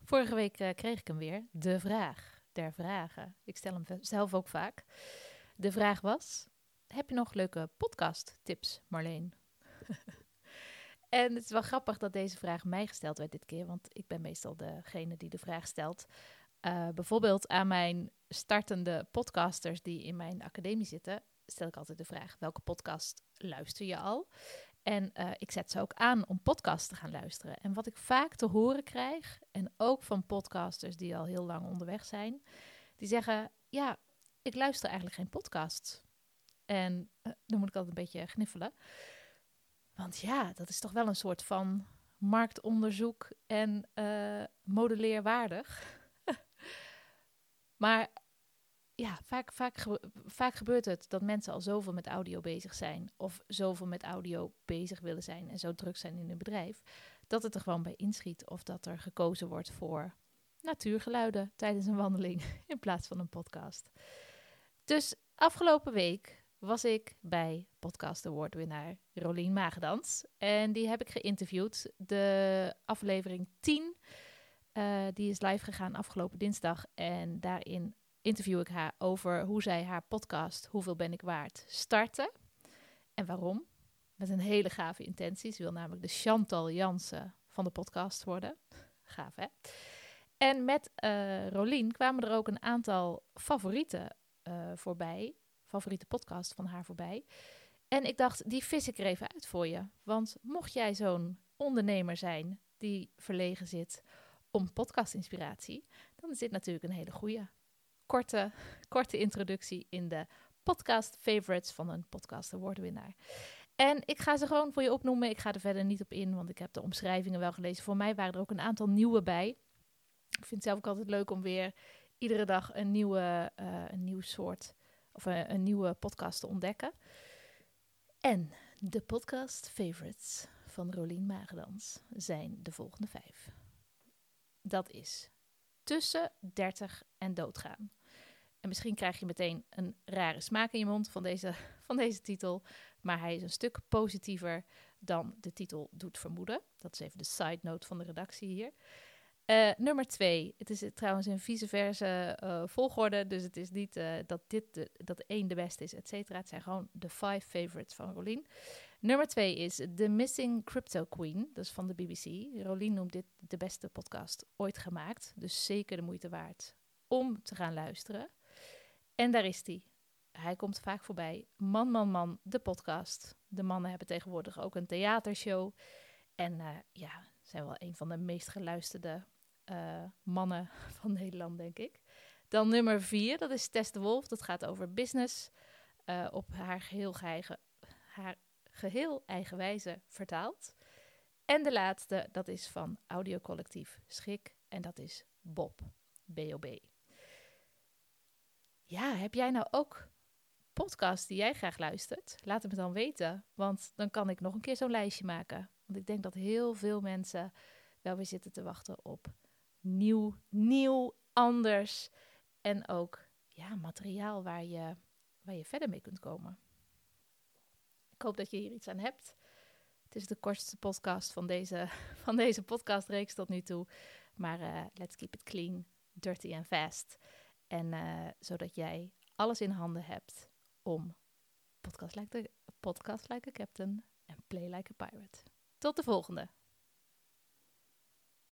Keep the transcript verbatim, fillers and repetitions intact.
Vorige week uh, kreeg ik hem weer. De vraag der vragen. Ik stel hem zelf ook vaak. De vraag was, heb je nog leuke podcast tips, Marleen? En het is wel grappig dat deze vraag mij gesteld werd dit keer, want ik ben meestal degene die de vraag stelt. Uh, bijvoorbeeld aan mijn startende podcasters die in mijn academie zitten, stel ik altijd de vraag, welke podcast luister je al? En uh, ik zet ze ook aan om podcasts te gaan luisteren. En wat ik vaak te horen krijg, en ook van podcasters die al heel lang onderweg zijn, die zeggen, ja, ik luister eigenlijk geen podcasts. En uh, dan moet ik altijd een beetje gniffelen. Want ja, dat is toch wel een soort van marktonderzoek en uh, modelleerwaardig. Maar ja, vaak, vaak, gebe- vaak gebeurt het dat mensen al zoveel met audio bezig zijn. Of zoveel met audio bezig willen zijn en zo druk zijn in hun bedrijf. Dat het er gewoon bij inschiet. Of dat er gekozen wordt voor natuurgeluiden tijdens een wandeling in plaats van een podcast. Dus afgelopen week was ik bij Podcast Award winnaar Rolien Magendans. En die heb ik geïnterviewd. De aflevering tien, uh, die is live gegaan afgelopen dinsdag. En daarin interview ik haar over hoe zij haar podcast Hoeveel ben ik waard startte. En waarom? Met een hele gave intentie. Ze wil namelijk de Chantal Jansen van de podcast worden. Gaaf, hè? En met uh, Rolien kwamen er ook een aantal favorieten uh, voorbij. Favoriete podcast van haar voorbij. En ik dacht, die vis ik er even uit voor je. Want mocht jij zo'n ondernemer zijn die verlegen zit om podcastinspiratie, dan is dit natuurlijk een hele goeie. Korte, korte introductie in de podcast favorites van een podcast awardwinnaar. En ik ga ze gewoon voor je opnoemen. Ik ga er verder niet op in, want ik heb de omschrijvingen wel gelezen. Voor mij waren er ook een aantal nieuwe bij. Ik vind het zelf ook altijd leuk om weer iedere dag een nieuwe, uh, een nieuw soort of een, een nieuwe podcast te ontdekken. En de podcast favorites van Rolien Magendans zijn de volgende vijf. Dat is Tussen dertig en doodgaan. En misschien krijg je meteen een rare smaak in je mond van deze, van deze titel. Maar hij is een stuk positiever dan de titel doet vermoeden. Dat is even de side note van de redactie hier. Uh, nummer twee. Het is trouwens in vice versa uh, volgorde. Dus het is niet uh, dat dit de, dat één de beste is, et cetera. Het zijn gewoon de five favorites van Rolien. Nummer twee is The Missing Crypto Queen. Dat is van de B B C. Rolien noemt dit de beste podcast ooit gemaakt. Dus zeker de moeite waard om te gaan luisteren. En daar is hij. Hij komt vaak voorbij. Man, man, man, de podcast. De mannen hebben tegenwoordig ook een theatershow. En uh, ja, zijn wel een van de meest geluisterde uh, mannen van Nederland, denk ik. Dan nummer vier, dat is Tess de Wolf. Dat gaat over business. Uh, op haar geheel, eigen, haar geheel eigen wijze vertaald. En de laatste, dat is van audiocollectief Schik. En dat is Bob. B O B. Ja, heb jij nou ook podcasts die jij graag luistert? Laat het me dan weten, want dan kan ik nog een keer zo'n lijstje maken. Want ik denk dat heel veel mensen wel weer zitten te wachten op nieuw, nieuw, anders. En ook ja, materiaal waar je, waar je verder mee kunt komen. Ik hoop dat je hier iets aan hebt. Het is de kortste podcast van deze, van deze podcastreeks tot nu toe. Maar uh, let's keep it clean, dirty and fast. En uh, zodat jij alles in handen hebt om podcast like, the, podcast like a captain en play like a pirate. Tot de volgende!